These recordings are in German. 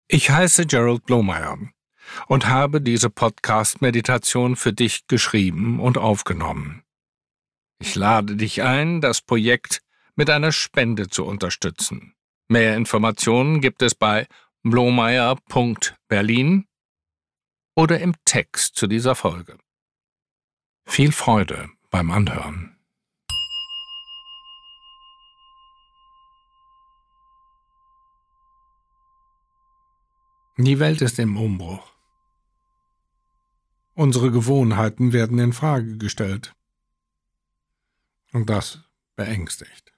Ich heiße Gerald Blomeyer und habe diese Podcast-Meditation für dich geschrieben und aufgenommen. Ich lade dich ein, das Projekt mit einer Spende zu unterstützen. Mehr Informationen gibt es bei blomeyer.berlin oder im Text zu dieser Folge. Viel Freude beim Anhören. Die Welt ist im Umbruch. Unsere Gewohnheiten werden in Frage gestellt. Und das beängstigt.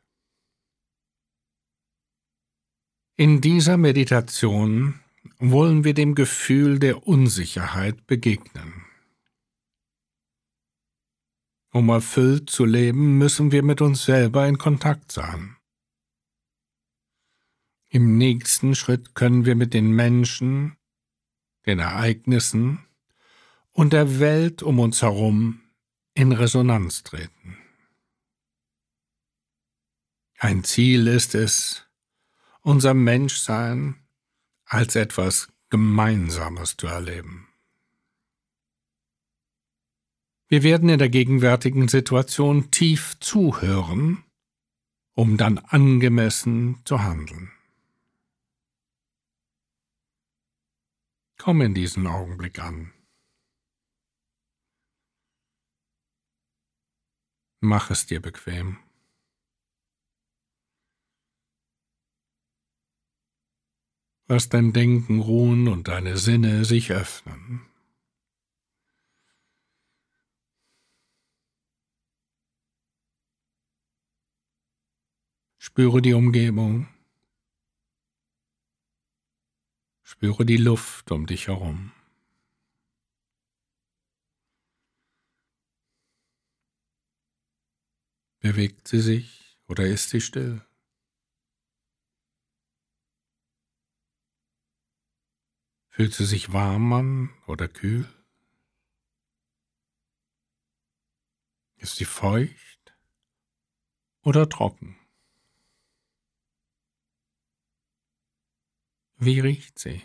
In dieser Meditation wollen wir dem Gefühl der Unsicherheit begegnen. Um erfüllt zu leben, müssen wir mit uns selber in Kontakt sein. Im nächsten Schritt können wir mit den Menschen, den Ereignissen und der Welt um uns herum in Resonanz treten. Ein Ziel ist es, unser Menschsein als etwas Gemeinsames zu erleben. Wir werden in der gegenwärtigen Situation tief zuhören, um dann angemessen zu handeln. Komm in diesen Augenblick an. Mach es dir bequem. Lass dein Denken ruhen und deine Sinne sich öffnen. Spüre die Umgebung. Spüre die Luft um dich herum. Bewegt sie sich oder ist sie still? Fühlt sie sich warm an oder kühl? Ist sie feucht oder trocken? Wie riecht sie?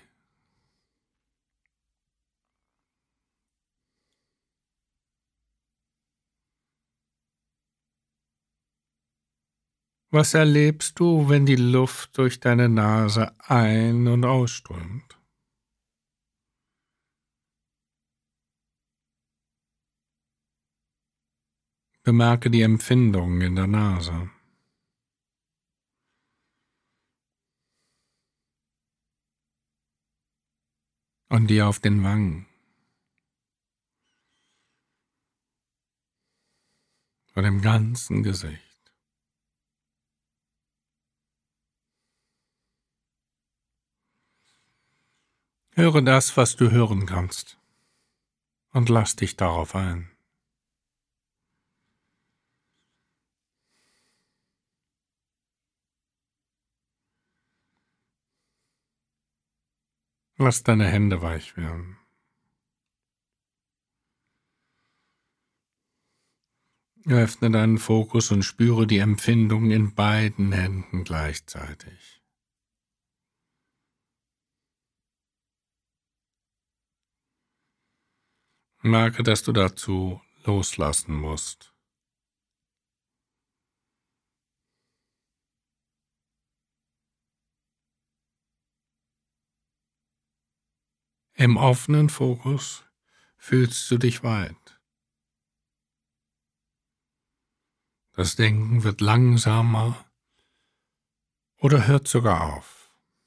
Was erlebst du, wenn die Luft durch deine Nase ein- und ausströmt? Bemerke die Empfindungen in der Nase. Und die auf den Wangen. Und im ganzen Gesicht. Höre das, was du hören kannst, und lass dich darauf ein. Lass deine Hände weich werden. Öffne deinen Fokus und spüre die Empfindung in beiden Händen gleichzeitig. Merke, dass du dazu loslassen musst. Im offenen Fokus fühlst du dich weit. Das Denken wird langsamer oder hört sogar auf.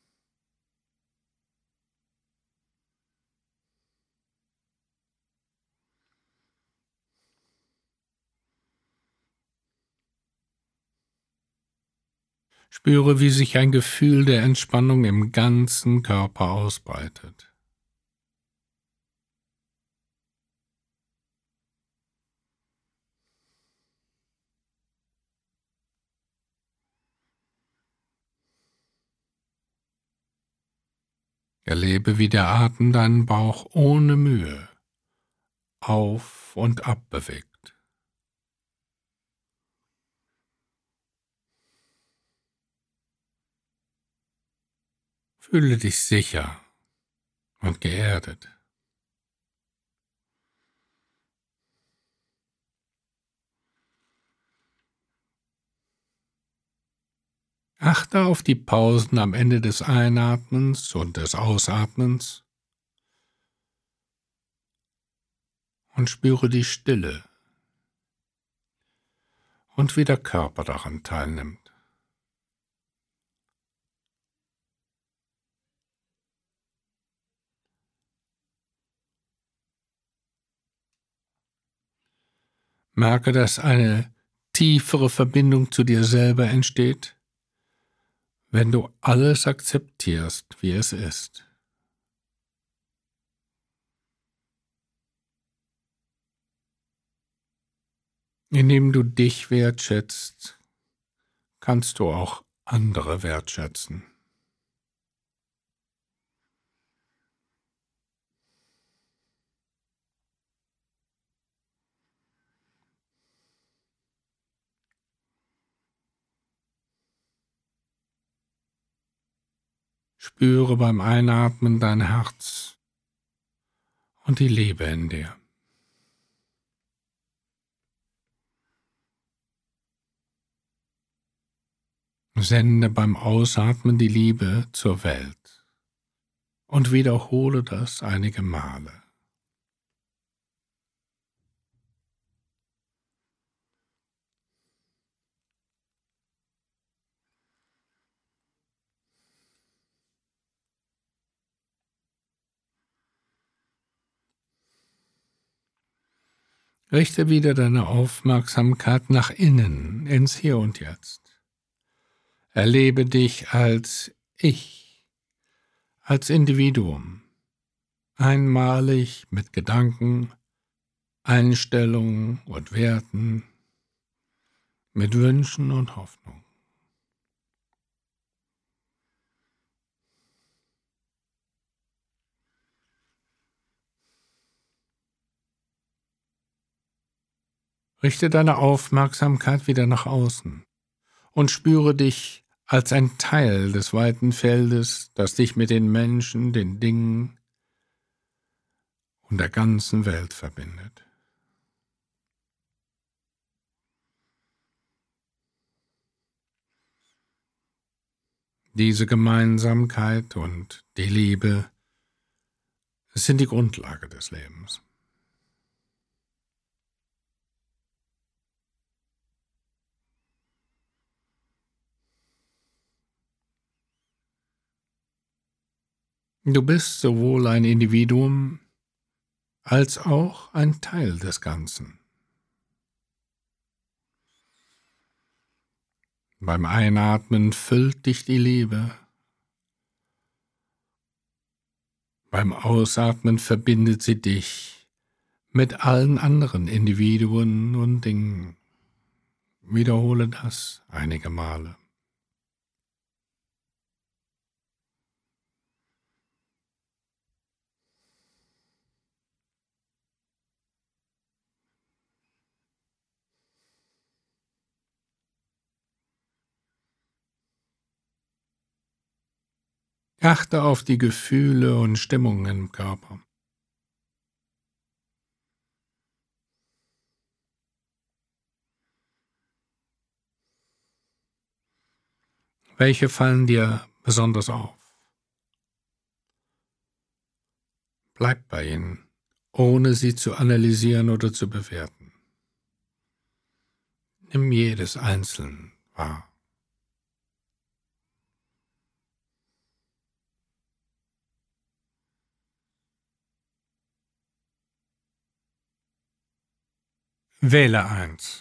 Spüre, wie sich ein Gefühl der Entspannung im ganzen Körper ausbreitet. Erlebe, wie der Atem deinen Bauch ohne Mühe auf und ab bewegt. Fühle dich sicher und geerdet. Achte auf die Pausen am Ende des Einatmens und des Ausatmens und spüre die Stille und wie der Körper daran teilnimmt. Merke, dass eine tiefere Verbindung zu dir selber entsteht, wenn du alles akzeptierst, wie es ist. Indem du dich wertschätzt, kannst du auch andere wertschätzen. Spüre beim Einatmen dein Herz und die Liebe in dir. Sende beim Ausatmen die Liebe zur Welt und wiederhole das einige Male. Richte wieder deine Aufmerksamkeit nach innen, ins Hier und Jetzt. Erlebe dich als Ich, als Individuum, einmalig mit Gedanken, Einstellungen und Werten, mit Wünschen und Hoffnung. Richte deine Aufmerksamkeit wieder nach außen und spüre dich als ein Teil des weiten Feldes, das dich mit den Menschen, den Dingen und der ganzen Welt verbindet. Diese Gemeinsamkeit und die Liebe sind die Grundlage des Lebens. Du bist sowohl ein Individuum als auch ein Teil des Ganzen. Beim Einatmen füllt dich die Liebe. Beim Ausatmen verbindet sie dich mit allen anderen Individuen und Dingen. Wiederhole das einige Male. Achte auf die Gefühle und Stimmungen im Körper. Welche fallen dir besonders auf? Bleib bei ihnen, ohne sie zu analysieren oder zu bewerten. Nimm jedes einzeln wahr. Wähle eins.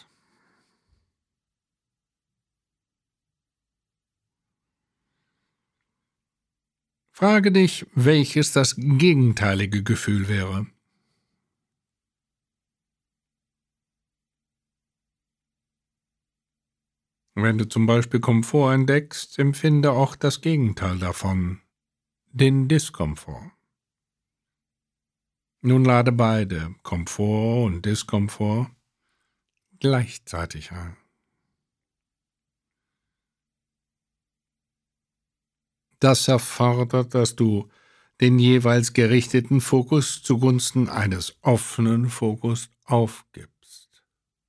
Frage dich, welches das gegenteilige Gefühl wäre. Wenn du zum Beispiel Komfort entdeckst, empfinde auch das Gegenteil davon, den Diskomfort. Nun lade beide, Komfort und Diskomfort, gleichzeitig ein. Das erfordert, dass du den jeweils gerichteten Fokus zugunsten eines offenen Fokus aufgibst.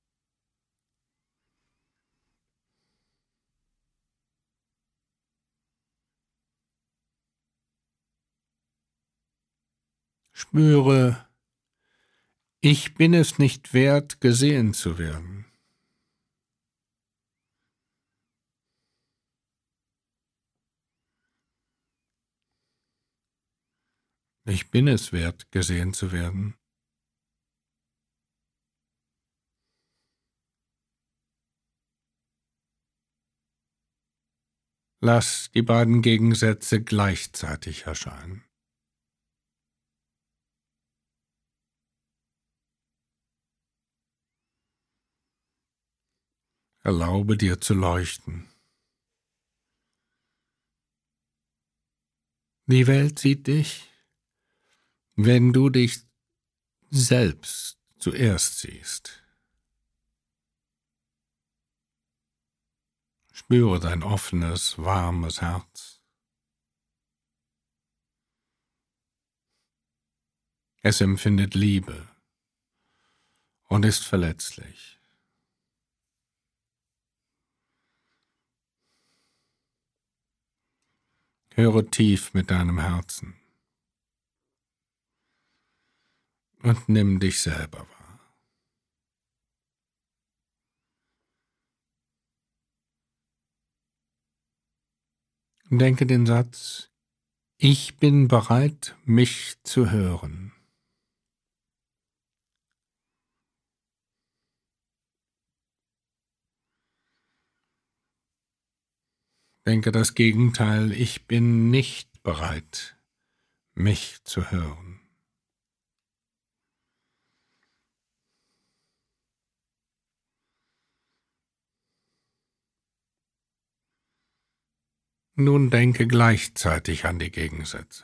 Spüre, ich bin es nicht wert, gesehen zu werden. Ich bin es wert, gesehen zu werden. Lass die beiden Gegensätze gleichzeitig erscheinen. Erlaube dir zu leuchten. Die Welt sieht dich, wenn du dich selbst zuerst siehst. Spüre dein offenes, warmes Herz. Es empfindet Liebe und ist verletzlich. Höre tief mit deinem Herzen und nimm dich selber wahr. Denke den Satz: Ich bin bereit, mich zu hören. Denke das Gegenteil: Ich bin nicht bereit, mich zu hören. Nun denke gleichzeitig an die Gegensätze.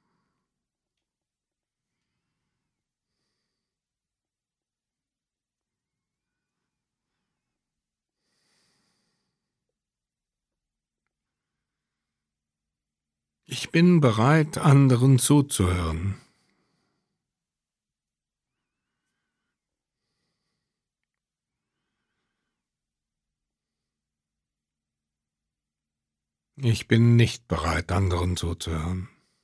Ich bin bereit, anderen zuzuhören. Ich bin nicht bereit, anderen zuzuhören.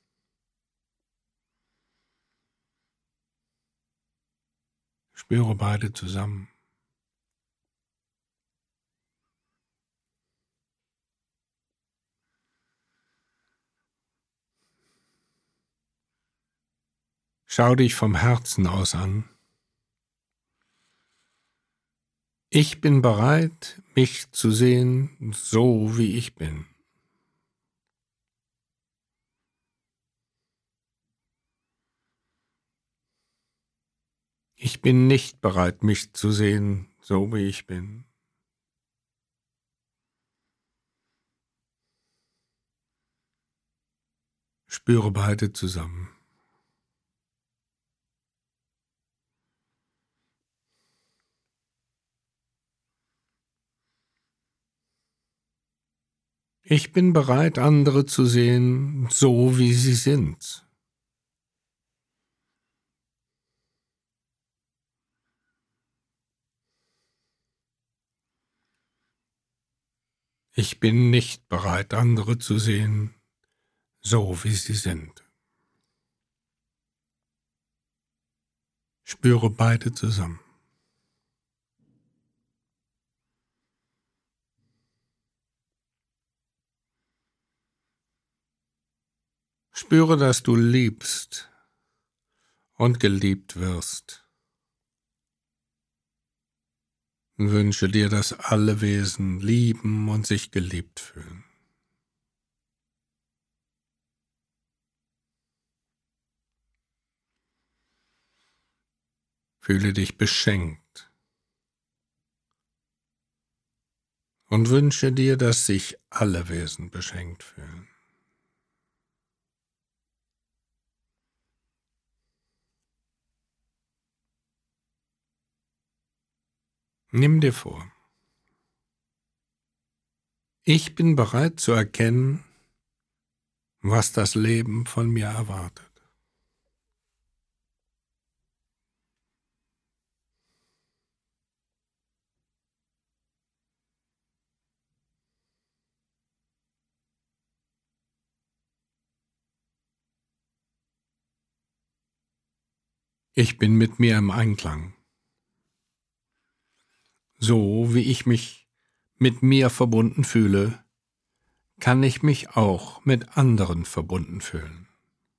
Spüre beide zusammen. Schau dich vom Herzen aus an. Ich bin bereit, mich zu sehen, so wie ich bin. Ich bin nicht bereit, mich zu sehen, so wie ich bin. Spüre beide zusammen. Ich bin bereit, andere zu sehen, so wie sie sind. Ich bin nicht bereit, andere zu sehen, so wie sie sind. Spüre beide zusammen. Spüre, dass du liebst und geliebt wirst. Und wünsche dir, dass alle Wesen lieben und sich geliebt fühlen. Fühle dich beschenkt und wünsche dir, dass sich alle Wesen beschenkt fühlen. Nimm dir vor: Ich bin bereit zu erkennen, was das Leben von mir erwartet. Ich bin mit mir im Einklang. So wie ich mich mit mir verbunden fühle, kann ich mich auch mit anderen verbunden fühlen.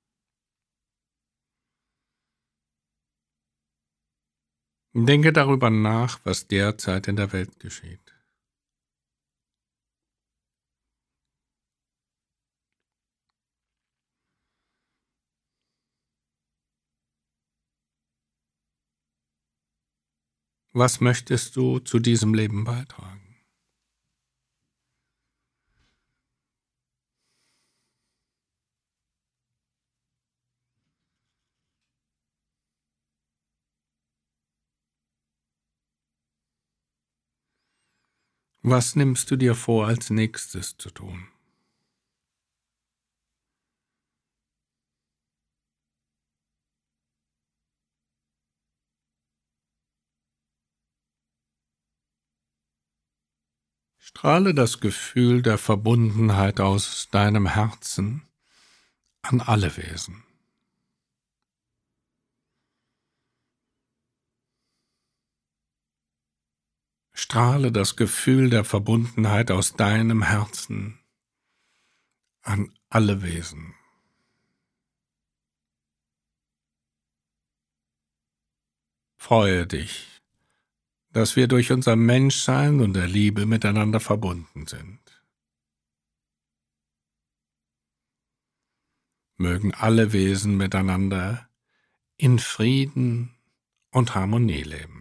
Denke darüber nach, was derzeit in der Welt geschieht. Was möchtest du zu diesem Leben beitragen? Was nimmst du dir vor, als nächstes zu tun? Strahle das Gefühl der Verbundenheit aus deinem Herzen an alle Wesen. Strahle das Gefühl der Verbundenheit aus deinem Herzen an alle Wesen. Freue dich, dass wir durch unser Menschsein und der Liebe miteinander verbunden sind. Mögen alle Wesen miteinander in Frieden und Harmonie leben.